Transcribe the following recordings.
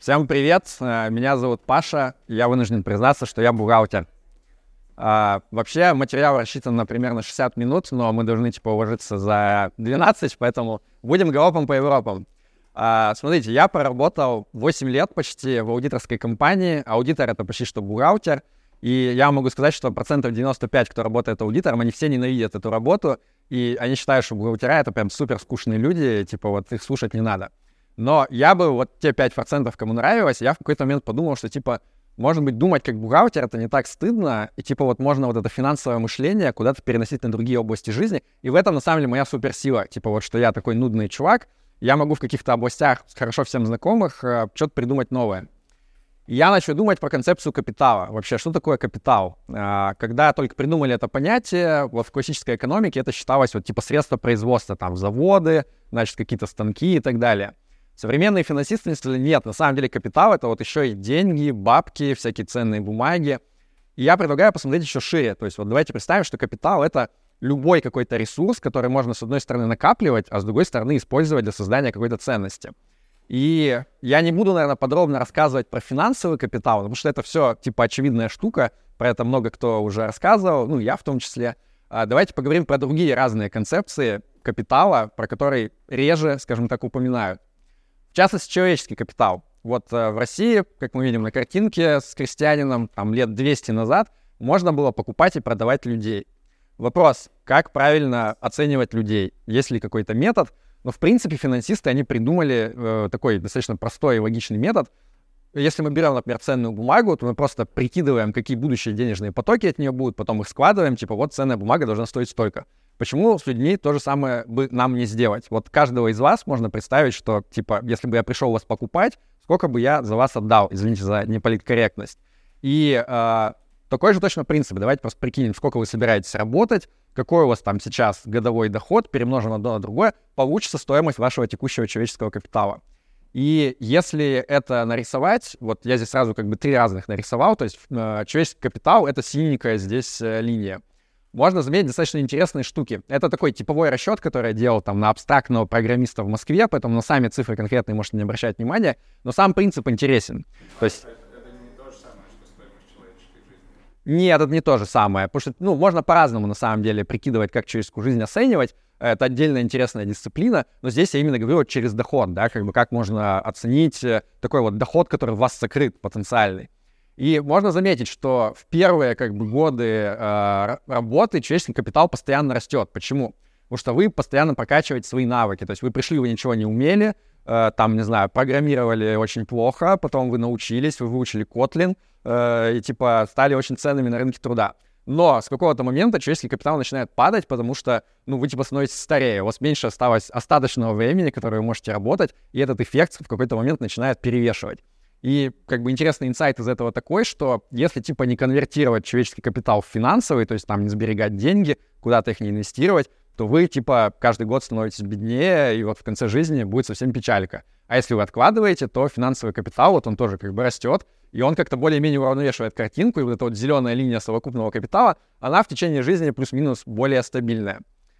Всем привет, меня зовут Паша, я вынужден признаться, что я бухгалтер. Вообще материал рассчитан на примерно 60 минут, но мы должны уложиться за 12, поэтому будем галопом по Европам. Смотрите, я проработал 8 лет почти в аудиторской компании, аудитор — это почти что бухгалтер, и я могу сказать, что 95%, кто работает аудитором, они все ненавидят эту работу, и они считают, что бухгалтера — это прям супер скучные люди, их слушать не надо. Но я бы те 5%, кому нравилось, я в какой-то момент подумал, что, может быть, думать как бухгалтер — это не так стыдно, и, можно это финансовое мышление куда-то переносить на другие области жизни, и в этом, на самом деле, моя суперсила, что я такой нудный чувак, я могу в каких-то областях хорошо всем знакомых что-то придумать новое. И я начал думать про концепцию капитала. Вообще, что такое капитал? Когда только придумали это понятие, в классической экономике это считалось средства производства, заводы, какие-то станки и так далее. Современные финансисты сказали: нет, на самом деле капитал — это еще и деньги, бабки, всякие ценные бумаги. И я предлагаю посмотреть еще шире. То есть давайте представим, что капитал — это любой какой-то ресурс, который можно с одной стороны накапливать, а с другой стороны использовать для создания какой-то ценности. И я не буду, наверное, подробно рассказывать про финансовый капитал, потому что это все очевидная штука, про это много кто уже рассказывал, я в том числе. Давайте поговорим про другие разные концепции капитала, про которые реже, скажем так, упоминают. В частности, человеческий капитал. В России, как мы видим на картинке с крестьянином, лет 200 назад можно было покупать и продавать людей. Вопрос: как правильно оценивать людей? Есть ли какой-то метод? Но, в принципе, финансисты, они придумали такой достаточно простой и логичный метод. Если мы берем, например, ценную бумагу, то мы просто прикидываем, какие будущие денежные потоки от нее будут, потом их складываем, ценная бумага должна стоить столько. Почему с людьми то же самое бы нам не сделать? Каждого из вас можно представить, что, если бы я пришел вас покупать, сколько бы я за вас отдал? Извините за неполиткорректность. И такой же точно принцип. Давайте просто прикинем, сколько вы собираетесь работать, какой у вас сейчас годовой доход, перемножим одно на другое, получится стоимость вашего текущего человеческого капитала. И если это нарисовать, я здесь сразу 3 разных нарисовал, то есть человеческий капитал — это синенькая здесь линия. Можно заметить достаточно интересные штуки. Это такой типовой расчет, который я делал на абстрактного программиста в Москве, поэтому на сами цифры конкретные можете не обращать внимания, но сам принцип интересен. То есть... Это не то же самое, что стоимость человеческой жизни? Нет, это не то же самое, потому что, можно по-разному на самом деле прикидывать, как человеческую жизнь оценивать. Это отдельная интересная дисциплина, но здесь я именно говорю через доход, да, как можно оценить такой доход, который в вас сокрыт, потенциальный. И можно заметить, что в первые годы работы человеческий капитал постоянно растет. Почему? Потому что вы постоянно прокачиваете свои навыки. То есть вы пришли, вы ничего не умели, программировали очень плохо, потом вы научились, вы выучили Kotlin и стали очень ценными на рынке труда. Но с какого-то момента человеческий капитал начинает падать, потому что, вы становитесь старее, у вас меньше осталось остаточного времени, которое вы можете работать, и этот эффект в какой-то момент начинает перевешивать. И интересный инсайт из этого такой, что если не конвертировать человеческий капитал в финансовый, то есть не сберегать деньги, куда-то их не инвестировать, то вы каждый год становитесь беднее, и в конце жизни будет совсем печалька. А если вы откладываете, то финансовый капитал, он тоже растет, и он как-то более-менее уравновешивает картинку, и эта зеленая линия совокупного капитала, она в течение жизни плюс-минус более стабильная.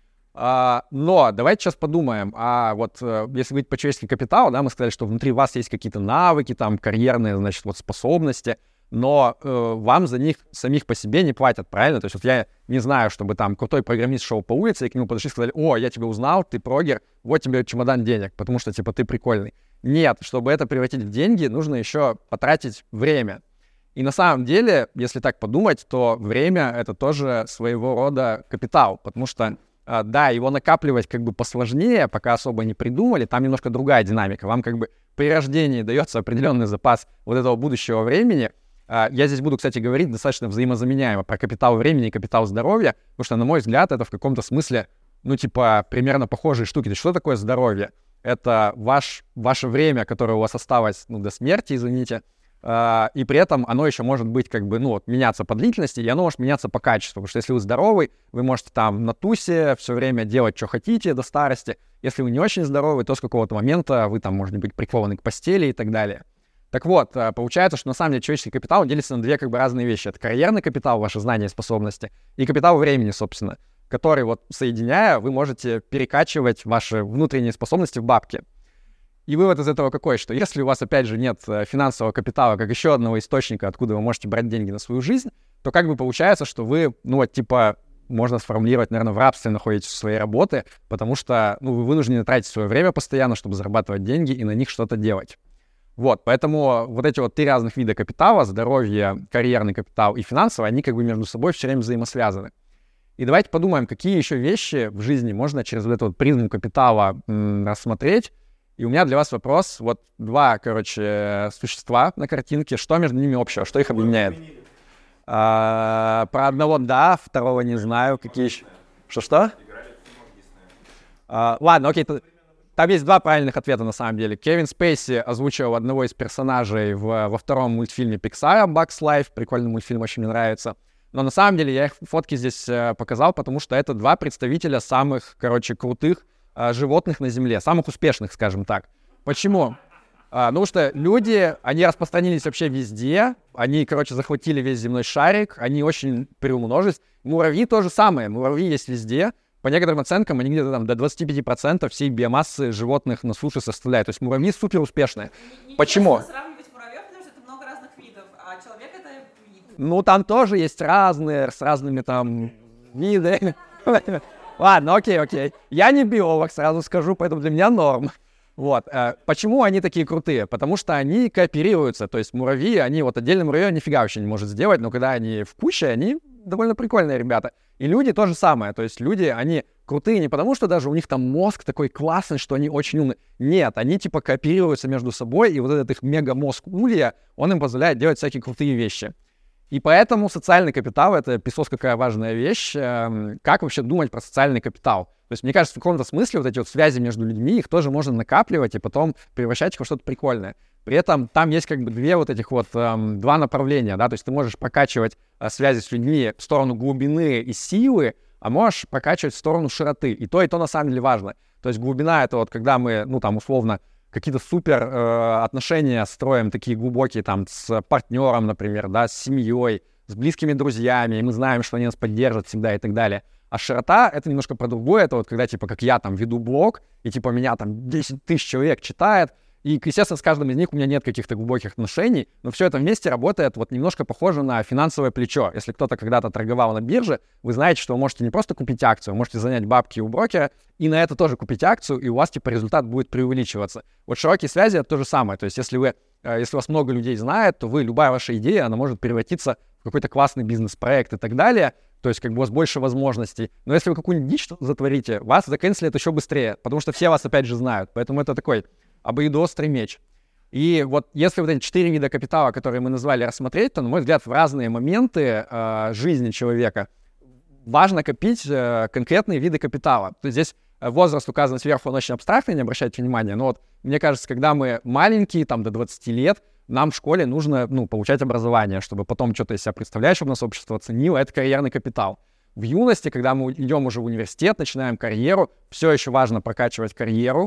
Но давайте сейчас подумаем, если говорить по человеческому капиталу, да, мы сказали, что внутри вас есть какие-то навыки, карьерные, способности, но вам за них самих по себе не платят, правильно? То есть я не знаю, чтобы крутой программист шел по улице, и к нему подошли и сказали: о, я тебя узнал, ты прогер, вот тебе чемодан денег, потому что, ты прикольный. Нет, чтобы это превратить в деньги, нужно еще потратить время. И на самом деле, если так подумать, то время — это тоже своего рода капитал, потому что да, его накапливать посложнее, пока особо не придумали, там немножко другая динамика. Вам при рождении дается определенный запас этого будущего времени. Я здесь буду, кстати, говорить достаточно взаимозаменяемо про капитал времени и капитал здоровья, потому что, на мой взгляд, это в каком-то смысле, примерно похожие штуки. То есть что такое здоровье? Это ваше время, которое у вас осталось, до смерти, извините, и при этом оно еще может быть меняться по длительности, и оно может меняться по качеству, потому что если вы здоровый, вы можете на тусе все время делать, что хотите до старости. Если вы не очень здоровый, то с какого-то момента вы можете быть прикованы к постели и так далее. Так вот, получается, что на самом деле человеческий капитал делится на 2 разные вещи. Это карьерный капитал, ваши знания и способности, и капитал времени, собственно, который соединяя, вы можете перекачивать ваши внутренние способности в бабки. И вывод из этого какой? Что если у вас, опять же, нет финансового капитала как еще одного источника, откуда вы можете брать деньги на свою жизнь, то как бы получается, что вы, можно сформулировать, наверное, в рабстве находитесь в своей работе, потому что, вы вынуждены тратить свое время постоянно, чтобы зарабатывать деньги и на них что-то делать. Вот, поэтому вот эти вот 3 разных вида капитала, здоровье, карьерный капитал и финансовый, они как бы между собой все время взаимосвязаны. И давайте подумаем, какие еще вещи в жизни можно через вот эту вот призму капитала рассмотреть. И у меня для вас вопрос. Вот 2, существа на картинке. Что между ними общего? Что их объединяет? Про одного да, второго не знаю. Какие еще? Что? Ладно, окей. Там есть 2 правильных ответа на самом деле. Кевин Спейси озвучивал одного из персонажей во втором мультфильме Pixar «Bugs Life». Прикольный мультфильм, очень мне нравится. Но на самом деле я их фотки здесь показал, потому что это 2 представителя самых, крутых животных на Земле, самых успешных, скажем так. Почему? Потому что люди, они распространились вообще везде, они, захватили весь земной шарик, они очень приумножились. Муравьи то же самое, муравьи есть везде. По некоторым оценкам, они где-то там до 25% всей биомассы животных на суше составляют. То есть муравьи супер успешные. Почему? Сравнивать муравьев, потому что это много разных видов, а человек — это вид. Там тоже есть разные, с разными там видами. Ладно, окей. Я не биолог, сразу скажу, поэтому для меня норм. Вот. Почему они такие крутые? Потому что они кооперируются. То есть муравьи, они отдельно муравей нифига вообще не может сделать, но когда они в куче, они довольно прикольные ребята. И люди то же самое. То есть люди, они крутые не потому, что даже у них там мозг такой классный, что они очень умные. Нет, они кооперируются между собой, и вот этот их мега-мозг улья, он им позволяет делать всякие крутые вещи. И поэтому социальный капитал — это писос какая важная вещь. Как вообще думать про социальный капитал? То есть, мне кажется, в каком-то смысле вот эти вот связи между людьми, их тоже можно накапливать и потом превращать в что-то прикольное. При этом там есть 2 направления, да, то есть ты можешь прокачивать связи с людьми в сторону глубины и силы, а можешь прокачивать в сторону широты. И то на самом деле важно. То есть глубина — это вот когда мы, условно, какие-то супер отношения строим, такие глубокие, там, с партнером, например, да, с семьей, с близкими друзьями, и мы знаем, что они нас поддержат всегда и так далее. А широта — это немножко про другое. Это вот когда, как я там веду блог, и, меня там 10 тысяч человек читает, и, естественно, с каждым из них у меня нет каких-то глубоких отношений, но все это вместе работает вот немножко похоже на финансовое плечо. Если кто-то когда-то торговал на бирже, вы знаете, что вы можете не просто купить акцию, вы можете занять бабки у брокера и на это тоже купить акцию, и у вас, результат будет преувеличиваться. Вот широкие связи — это то же самое. То есть если вас много людей знает, то любая ваша идея, она может превратиться в какой-то классный бизнес-проект и так далее. То есть у вас больше возможностей. Но если вы какую-нибудь дичь затворите, вас заканцелят еще быстрее, потому что все вас опять же знают. Поэтому это такой обоюдоострый меч. И вот если вот эти 4 вида капитала, которые мы назвали, рассмотреть, то, на мой взгляд, в разные моменты жизни человека важно копить конкретные виды капитала. То есть здесь возраст указан сверху, он очень абстрактный, не обращайте внимания. Но вот мне кажется, когда мы маленькие, там до 20 лет, нам в школе нужно, получать образование, чтобы потом что-то из себя представлять, чтобы нас общество оценило. Это карьерный капитал. В юности, когда мы идем уже в университет, начинаем карьеру, все еще важно прокачивать карьеру.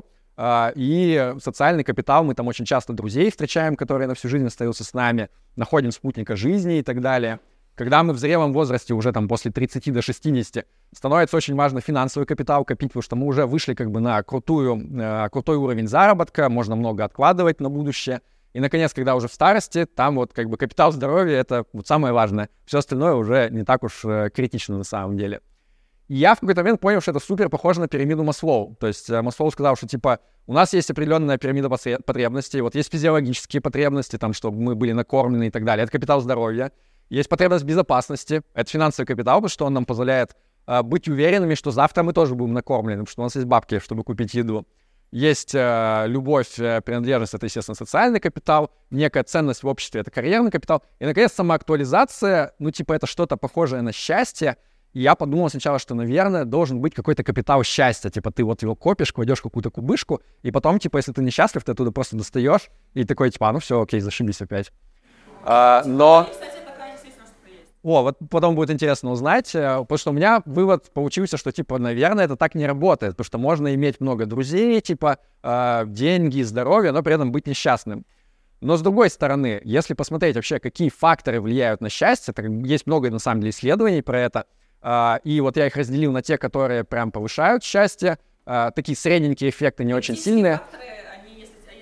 И социальный капитал, мы там очень часто друзей встречаем, которые на всю жизнь остаются с нами, находим спутника жизни и так далее. Когда мы в зрелом возрасте, уже там после 30 до 60, становится очень важно финансовый капитал копить, потому что мы уже вышли на крутой уровень заработка, можно много откладывать на будущее. И, наконец, когда уже в старости, там капитал здоровья — это вот самое важное. Все остальное уже не так уж критично на самом деле. И я в какой-то момент понял, что это супер похоже на пирамиду Маслоу. То есть Маслоу сказал, что у нас есть определенная пирамида потребностей, вот есть физиологические потребности, там, чтобы мы были накормлены и так далее. Это капитал здоровья. Есть потребность безопасности. Это финансовый капитал, потому что он нам позволяет быть уверенными, что завтра мы тоже будем накормлены, потому что у нас есть бабки, чтобы купить еду. Есть любовь, принадлежность — это, естественно, социальный капитал. Некая ценность в обществе — это карьерный капитал. И, наконец, самоактуализация, это что-то похожее на счастье. И я подумал сначала, что, наверное, должен быть какой-то капитал счастья. Ты вот его копишь, кладешь в какую-то кубышку, и потом, если ты несчастлив, ты оттуда просто достаешь, и такой, все, окей, зашибись опять. Но... Вот потом будет интересно узнать, потому что у меня вывод получился, что, наверное, это так не работает, потому что можно иметь много друзей, деньги, здоровье, но при этом быть несчастным. Но с другой стороны, если посмотреть вообще, какие факторы влияют на счастье, есть много, на самом деле, исследований про это, и вот я их разделил на те, которые прям повышают счастье, такие средненькие эффекты, не очень сильные. Факторы,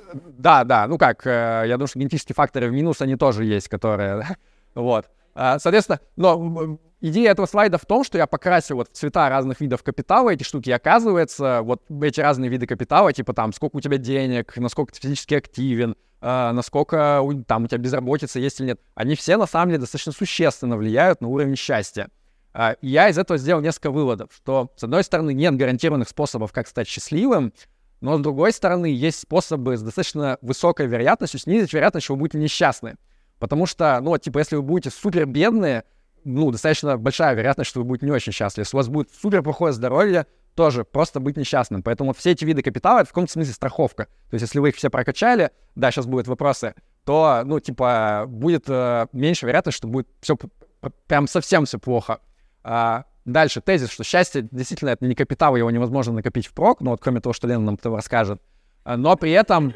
Да, ну как, я думаю, что генетические факторы в минус, они тоже есть, которые, вот. Соответственно, но идея этого слайда в том, что я покрасил вот в цвета разных видов капитала эти штуки, и оказывается, вот эти разные виды капитала, типа там, сколько у тебя денег, насколько ты физически активен, насколько там у тебя безработица есть или нет, они все на самом деле достаточно существенно влияют на уровень счастья. И я из этого сделал несколько выводов, что, с одной стороны, нет гарантированных способов, как стать счастливым, но, с другой стороны, есть способы с достаточно высокой вероятностью снизить вероятность, что вы будете несчастны. Потому что, ну, типа, если вы будете супер бедные, ну, достаточно большая вероятность, что вы будете не очень счастливы. Если у вас будет супер плохое здоровье, тоже просто быть несчастным. Поэтому все эти виды капитала — это в каком-то смысле страховка. То есть если вы их все прокачали, да, сейчас будут вопросы, то, ну, типа, будет меньше вероятность, что будет все прям совсем все плохо. Дальше тезис, что счастье действительно это не капитал, его невозможно накопить впрок, ну вот кроме того, что Лена нам это расскажет. Но при этом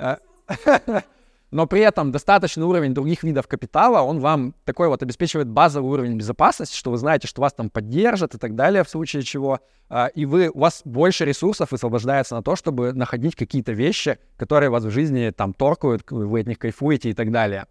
достаточный уровень других видов капитала, он вам такой вот обеспечивает базовый уровень безопасности, что вы знаете, что вас там поддержат и так далее в случае чего. И у вас больше ресурсов высвобождается на то, чтобы находить какие-то вещи, которые вас в жизни там торкают, вы от них кайфуете и так далее.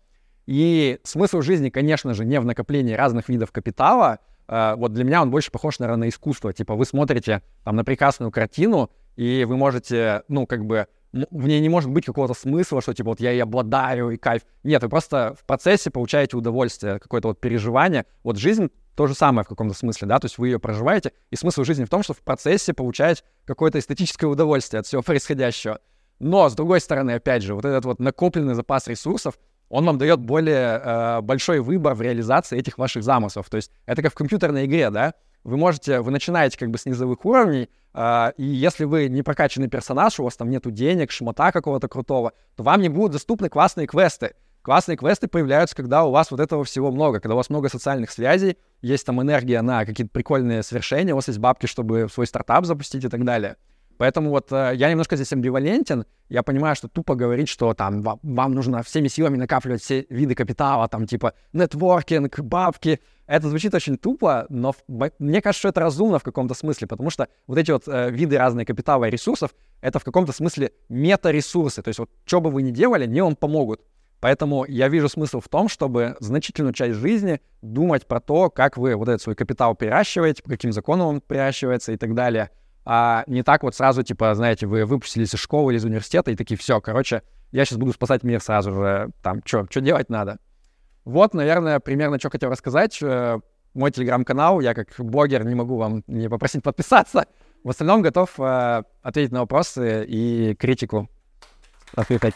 И смысл жизни, конечно же, не в накоплении разных видов капитала. Вот для меня он больше похож, наверное, на искусство. Типа вы смотрите там на прекрасную картину, и вы можете, ну, как бы, в ней не может быть какого-то смысла, что типа вот я ей обладаю, и кайф. Нет, вы просто в процессе получаете удовольствие, какое-то вот переживание. Вот жизнь то же самое в каком-то смысле, да, то есть вы ее проживаете, и смысл жизни в том, что в процессе получаете какое-то эстетическое удовольствие от всего происходящего. Но, с другой стороны, опять же, вот этот вот накопленный запас ресурсов, он вам дает более большой выбор в реализации этих ваших замыслов. То есть это как в компьютерной игре, да? Вы начинаете как бы с низовых уровней, и если вы не прокачанный персонаж, у вас там нету денег, шмота какого-то крутого, то вам не будут доступны классные квесты. Классные квесты появляются, когда у вас вот этого всего много, когда у вас много социальных связей, есть там энергия на какие-то прикольные свершения, у вас есть бабки, чтобы свой стартап запустить и так далее. Поэтому вот я немножко здесь амбивалентен. Я понимаю, что тупо говорить, что там вам нужно всеми силами накапливать все виды капитала, там типа нетворкинг, бабки. Это звучит очень тупо, но мне кажется, что это разумно в каком-то смысле, потому что вот эти вот виды разные капитала и ресурсов, это в каком-то смысле мета-ресурсы. То есть вот что бы вы ни делали, они вам помогут. Поэтому я вижу смысл в том, чтобы значительную часть жизни думать про то, как вы вот этот свой капитал приращиваете, по каким законам он приращивается и так далее. А не так вот сразу, типа, знаете, вы выпустились из школы или из университета и такие, все, короче, я сейчас буду спасать мир сразу же, там, что делать надо. Вот, наверное, примерно, что хотел рассказать. Мой телеграм-канал, я как блогер не могу вам не попросить подписаться. В остальном готов ответить на вопросы и критику ответить.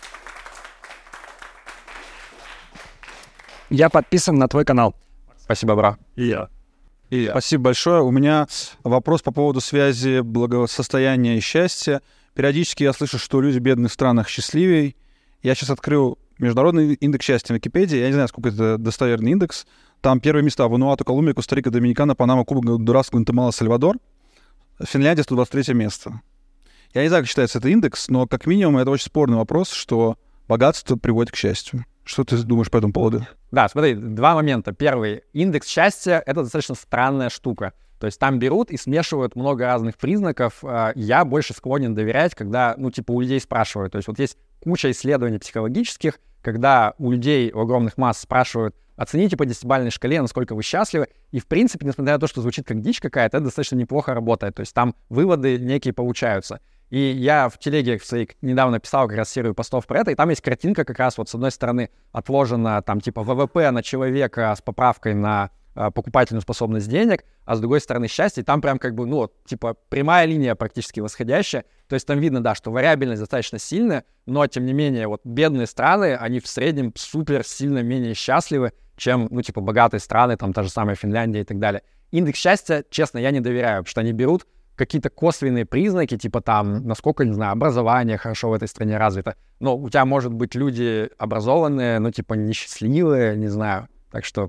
Я подписан на твой канал. Спасибо, бро. И я. Спасибо большое. У меня вопрос по поводу связи благосостояния и счастья. Периодически я слышу, что люди в бедных странах счастливее. Я сейчас открыл Международный индекс счастья в Википедии. Я не знаю, сколько это достоверный индекс. Там первые места: Вануату, Колумбия, Коста-Рика, Доминикана, Панама, Куба, Гондурас, Гватемала, Сальвадор. Финляндия 123 место. Я не знаю, как считается этот индекс, но как минимум это очень спорный вопрос, что богатство приводит к счастью. Что ты думаешь по этому поводу? Да, смотри, два момента. Первый. Индекс счастья — это достаточно странная штука. То есть там берут и смешивают много разных признаков. Я больше склонен доверять, когда, ну, типа, у людей спрашивают. То есть вот есть куча исследований психологических, когда у людей, у огромных масс спрашивают: оцените по 10-бальной шкале, насколько вы счастливы. И, в принципе, несмотря на то, что звучит как дичь какая-то, это достаточно неплохо работает. То есть там выводы некие получаются. И я в телеге в своей недавно писал как раз серию постов про это, и там есть картинка как раз вот с одной стороны отложена там типа ВВП на человека с поправкой на покупательную способность денег, а с другой стороны счастье, и там прям как бы, ну, типа прямая линия практически восходящая. То есть там видно, да, что вариабельность достаточно сильная, но тем не менее вот бедные страны, они в среднем супер сильно менее счастливы, чем, ну, типа богатые страны, там та же самая Финляндия и так далее. Индекс счастья, честно, я не доверяю, потому что они берут какие-то косвенные признаки, типа там, насколько, не знаю, образование хорошо в этой стране развито. Но у тебя, может быть, люди образованные, но типа несчастливые, не знаю. Так что...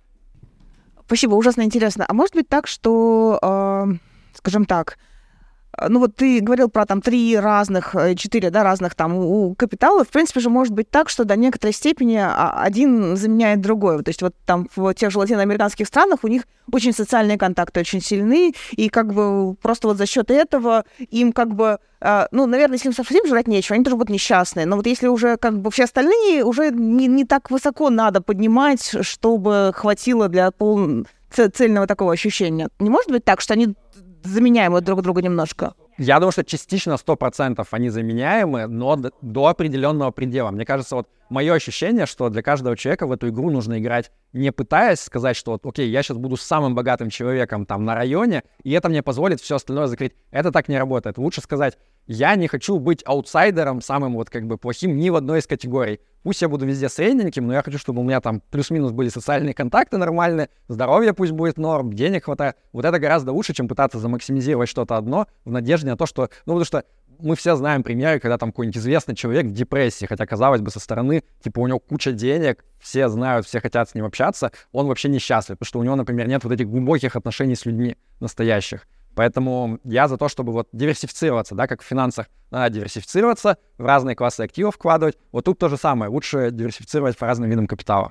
Спасибо, ужасно интересно. А может быть так, что, скажем так, ну вот ты говорил про там 4 разных там у капитала. В принципе же может быть так, что до некоторой степени один заменяет другой. То есть вот там в тех же латиноамериканских странах у них очень социальные контакты очень сильны, и как бы просто вот за счет этого им как бы, ну, наверное, если им совсем жрать нечего, они тоже будут несчастные. Но вот если уже как бы все остальные уже не так высоко надо поднимать, чтобы хватило для цельного такого ощущения. Не может быть так, что они заменяемы друг друга немножко? Я думаю, что частично 100% они заменяемы, но до определенного предела. Мне кажется, вот мое ощущение, что для каждого человека в эту игру нужно играть, не пытаясь сказать, что вот, окей, я сейчас буду самым богатым человеком там на районе, и это мне позволит все остальное закрыть. Это так не работает. Лучше сказать, я не хочу быть аутсайдером, самым вот как бы плохим ни в одной из категорий. Пусть я буду везде средненьким, но я хочу, чтобы у меня там плюс-минус были социальные контакты нормальные, здоровье пусть будет норм, денег хватает. Вот это гораздо лучше, чем пытаться замаксимизировать что-то одно в надежде на то, что... Ну, потому что мы все знаем примеры, когда там какой-нибудь известный человек в депрессии, хотя, казалось бы, со стороны, типа, у него куча денег, все знают, все хотят с ним общаться, он вообще несчастлив, потому что у него, например, нет вот этих глубоких отношений с людьми настоящих. Поэтому я за то, чтобы вот диверсифицироваться, да, как в финансах надо диверсифицироваться, в разные классы активов вкладывать. Вот тут то же самое, лучше диверсифицировать по разным видам капитала.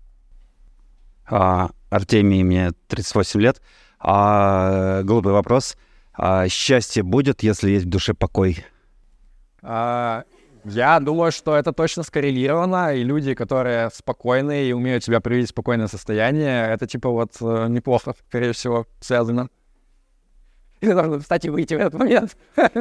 Артемий, мне 38 лет. Глупый вопрос. Счастье будет, если есть в душе покой? Я думаю, что это точно скоррелировано, и люди, которые спокойные и умеют себя привести в спокойное состояние, это типа вот неплохо, скорее всего, связано. И нужно, кстати, выйти в этот момент.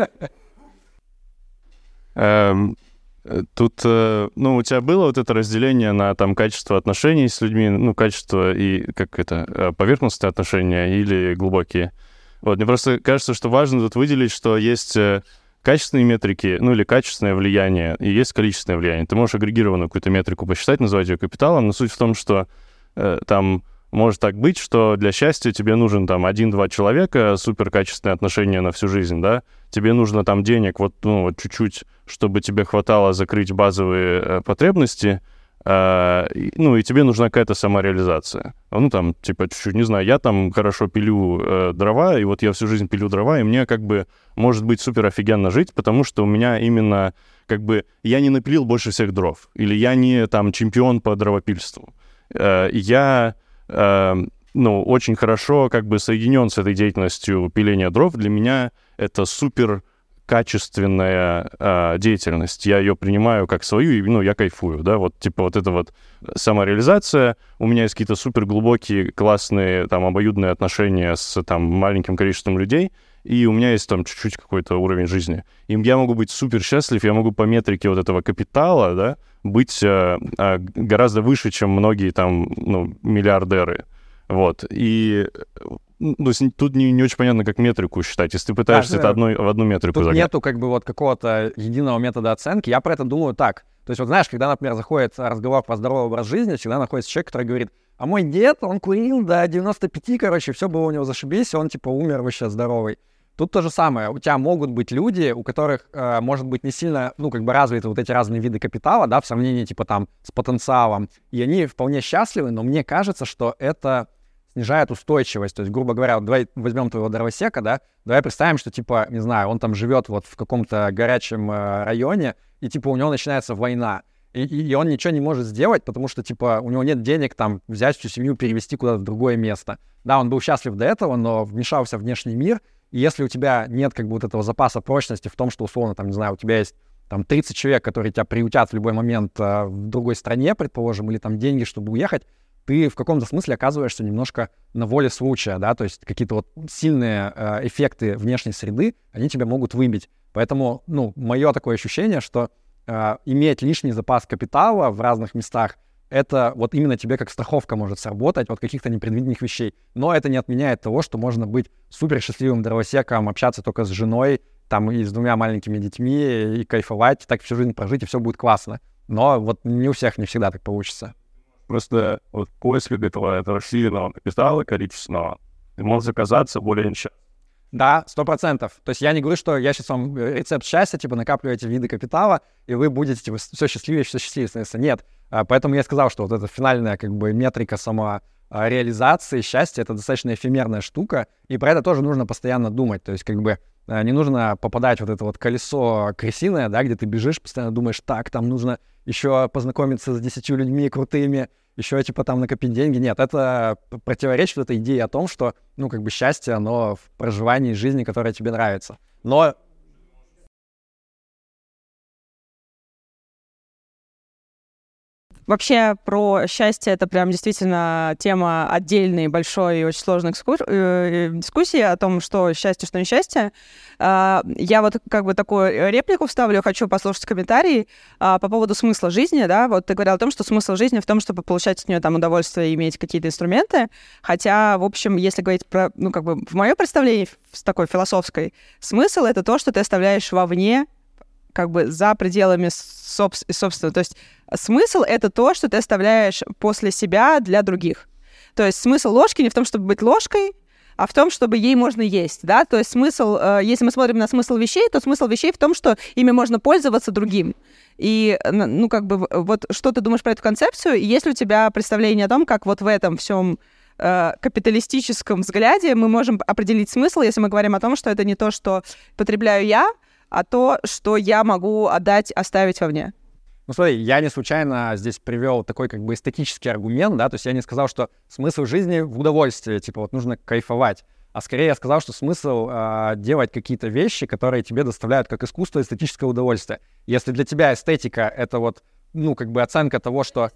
Тут, ну, у тебя было вот это разделение на там качество отношений с людьми, ну, качество и, как это, поверхностные отношения или глубокие? Вот, мне просто кажется, что важно тут выделить, что есть качественные метрики, ну, или качественное влияние, и есть количественное влияние. Ты можешь агрегированную какую-то метрику посчитать, назвать ее капиталом, но суть в том, что там может так быть, что для счастья тебе нужен там 1-2 человека, суперкачественные отношения на всю жизнь, да? Тебе нужно там денег вот, ну, вот чуть-чуть, чтобы тебе хватало закрыть базовые потребности, ну, и тебе нужна какая-то самореализация. Ну, там, типа, чуть-чуть, не знаю, я там хорошо пилю дрова, и вот я всю жизнь пилю дрова, и мне как бы может быть супер офигенно жить, потому что у меня именно как бы я не напилил больше всех дров, или я не там чемпион по дровопильству. Я ну, очень хорошо как бы соединен с этой деятельностью пиления дров. Для меня это супер качественная деятельность. Я ее принимаю как свою, и, ну, я кайфую, да, вот, типа, вот эта вот самореализация. У меня есть какие-то супер глубокие, классные, там, обоюдные отношения с, там, маленьким количеством людей, и у меня есть там чуть-чуть какой-то уровень жизни. И я могу быть супер счастлив, я могу по метрике вот этого капитала, да, быть гораздо выше, чем многие там, ну, миллиардеры. Вот. И то есть, тут не очень понятно, как метрику считать. Если ты пытаешься это в одну метрику загнать. Тут нету как бы вот какого-то единого метода оценки. Я про это думаю так. То есть вот знаешь, когда, например, заходит разговор про здоровый образ жизни, всегда находится человек, который говорит, а мой дед, он курил до 95, короче, все было у него зашибись, и он типа умер вообще здоровый. Тут то же самое. У тебя могут быть люди, у которых, может быть, не сильно, ну, как бы развиты вот эти разные виды капитала, да, в сравнении, типа, там, с потенциалом, и они вполне счастливы, но мне кажется, что это снижает устойчивость. То есть, грубо говоря, вот давай возьмем твоего дровосека, да, давай представим, что, типа, не знаю, он там живет вот в каком-то горячем районе, и, типа, у него начинается война, и он ничего не может сделать, потому что, типа, у него нет денег, там, взять всю семью, перевести куда-то в другое место. Да, он был счастлив до этого, но вмешался в внешний мир. И если у тебя нет как бы вот этого запаса прочности в том, что, условно, там, не знаю, у тебя есть там 30 человек, которые тебя приютят в любой момент в другой стране, предположим, или там деньги, чтобы уехать, ты в каком-то смысле оказываешься немножко на воле случая, да, то есть какие-то вот сильные эффекты внешней среды, они тебя могут выбить. Поэтому, ну, мое такое ощущение, что иметь лишний запас капитала в разных местах, это вот именно тебе как страховка может сработать от каких-то непредвиденных вещей. Но это не отменяет того, что можно быть супер счастливым дровосеком, общаться только с женой, там, и с 2 маленькими детьми, и кайфовать, так всю жизнь прожить, и все будет классно. Но вот не у всех, не всегда так получится. Просто вот поиск этого сильного капитала количественного может оказаться более несчастным. Да, 100%. То есть я не говорю, что я сейчас вам рецепт счастья, типа, накапливаете виды капитала, и вы будете, типа, все счастливее, становиться. Нет. Поэтому я сказал, что вот эта финальная, как бы, метрика сама реализации, счастье — это достаточно эфемерная штука, и про это тоже нужно постоянно думать. То есть как бы не нужно попадать в вот это вот колесо крысиное, да, где ты бежишь, постоянно думаешь, так, там нужно еще познакомиться с 10 людьми крутыми, еще типа там накопить деньги. Нет, это противоречит этой идее о том, что, ну, как бы счастье, оно в проживании жизни, которая тебе нравится. Но Вообще про счастье это прям действительно тема отдельной, большой и очень сложной дискуссии о том, что счастье, что несчастье. Я вот как бы такую реплику вставлю, хочу послушать комментарии по поводу смысла жизни, да, вот ты говорил о том, что смысл жизни в том, чтобы получать от нее там удовольствие и иметь какие-то инструменты, хотя, в общем, если говорить про, ну, как бы в моем представлении, с такой философской, смысл — это то, что ты оставляешь вовне, как бы за пределами собственно. То есть смысл — это то, что ты оставляешь после себя для других. То есть смысл ложки не в том, чтобы быть ложкой, а в том, чтобы ей можно есть, да? То есть смысл, если мы смотрим на смысл вещей, то смысл вещей в том, что ими можно пользоваться другим. И, ну, как бы, вот что ты думаешь про эту концепцию? И есть ли у тебя представление о том, как вот в этом всем капиталистическом взгляде мы можем определить смысл, если мы говорим о том, что это не то, что потребляю я, а то, что я могу отдать, оставить вовне? Ну, смотри, я не случайно здесь привел такой как бы эстетический аргумент, да, то есть я не сказал, что смысл жизни в удовольствии, типа вот нужно кайфовать, а скорее я сказал, что смысл делать какие-то вещи, которые тебе доставляют как искусство эстетическое удовольствие. Если для тебя эстетика — это вот, ну, как бы оценка того, что...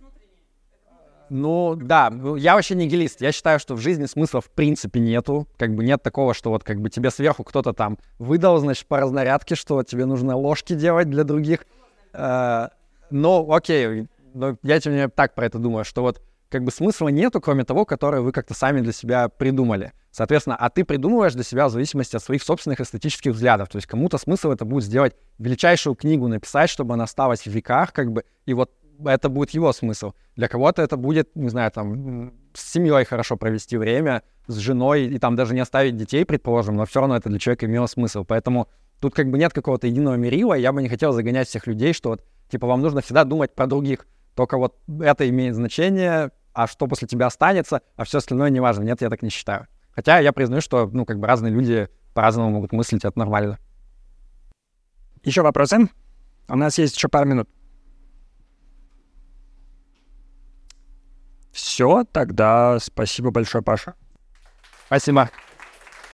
Ну, да, я вообще нигилист. Я считаю, что в жизни смысла в принципе нету. Как бы нет такого, что вот как бы тебе сверху кто-то там выдал, значит, по разнарядке, что тебе нужно ложки делать для других. Ну, окей, но я тем не менее так про это думаю, что вот как бы смысла нету, кроме того, который вы как-то сами для себя придумали. Соответственно, а ты придумываешь для себя в зависимости от своих собственных эстетических взглядов. То есть кому-то смысл это будет сделать величайшую книгу написать, чтобы она осталась в веках, как бы, и вот это будет его смысл. Для кого-то это будет, не знаю, там, с семьей хорошо провести время, с женой, и там даже не оставить детей, предположим, но все равно это для человека имело смысл. Поэтому тут как бы нет какого-то единого мерила, я бы не хотел загонять всех людей, что вот, типа, вам нужно всегда думать про других. Только вот это имеет значение, а что после тебя останется, а все остальное не важно. Нет, я так не считаю. Хотя я признаю, что, ну, как бы разные люди по-разному могут мыслить, это нормально. Еще вопросы? У нас есть еще пару минут. Все, тогда спасибо большое, Паша. Спасибо.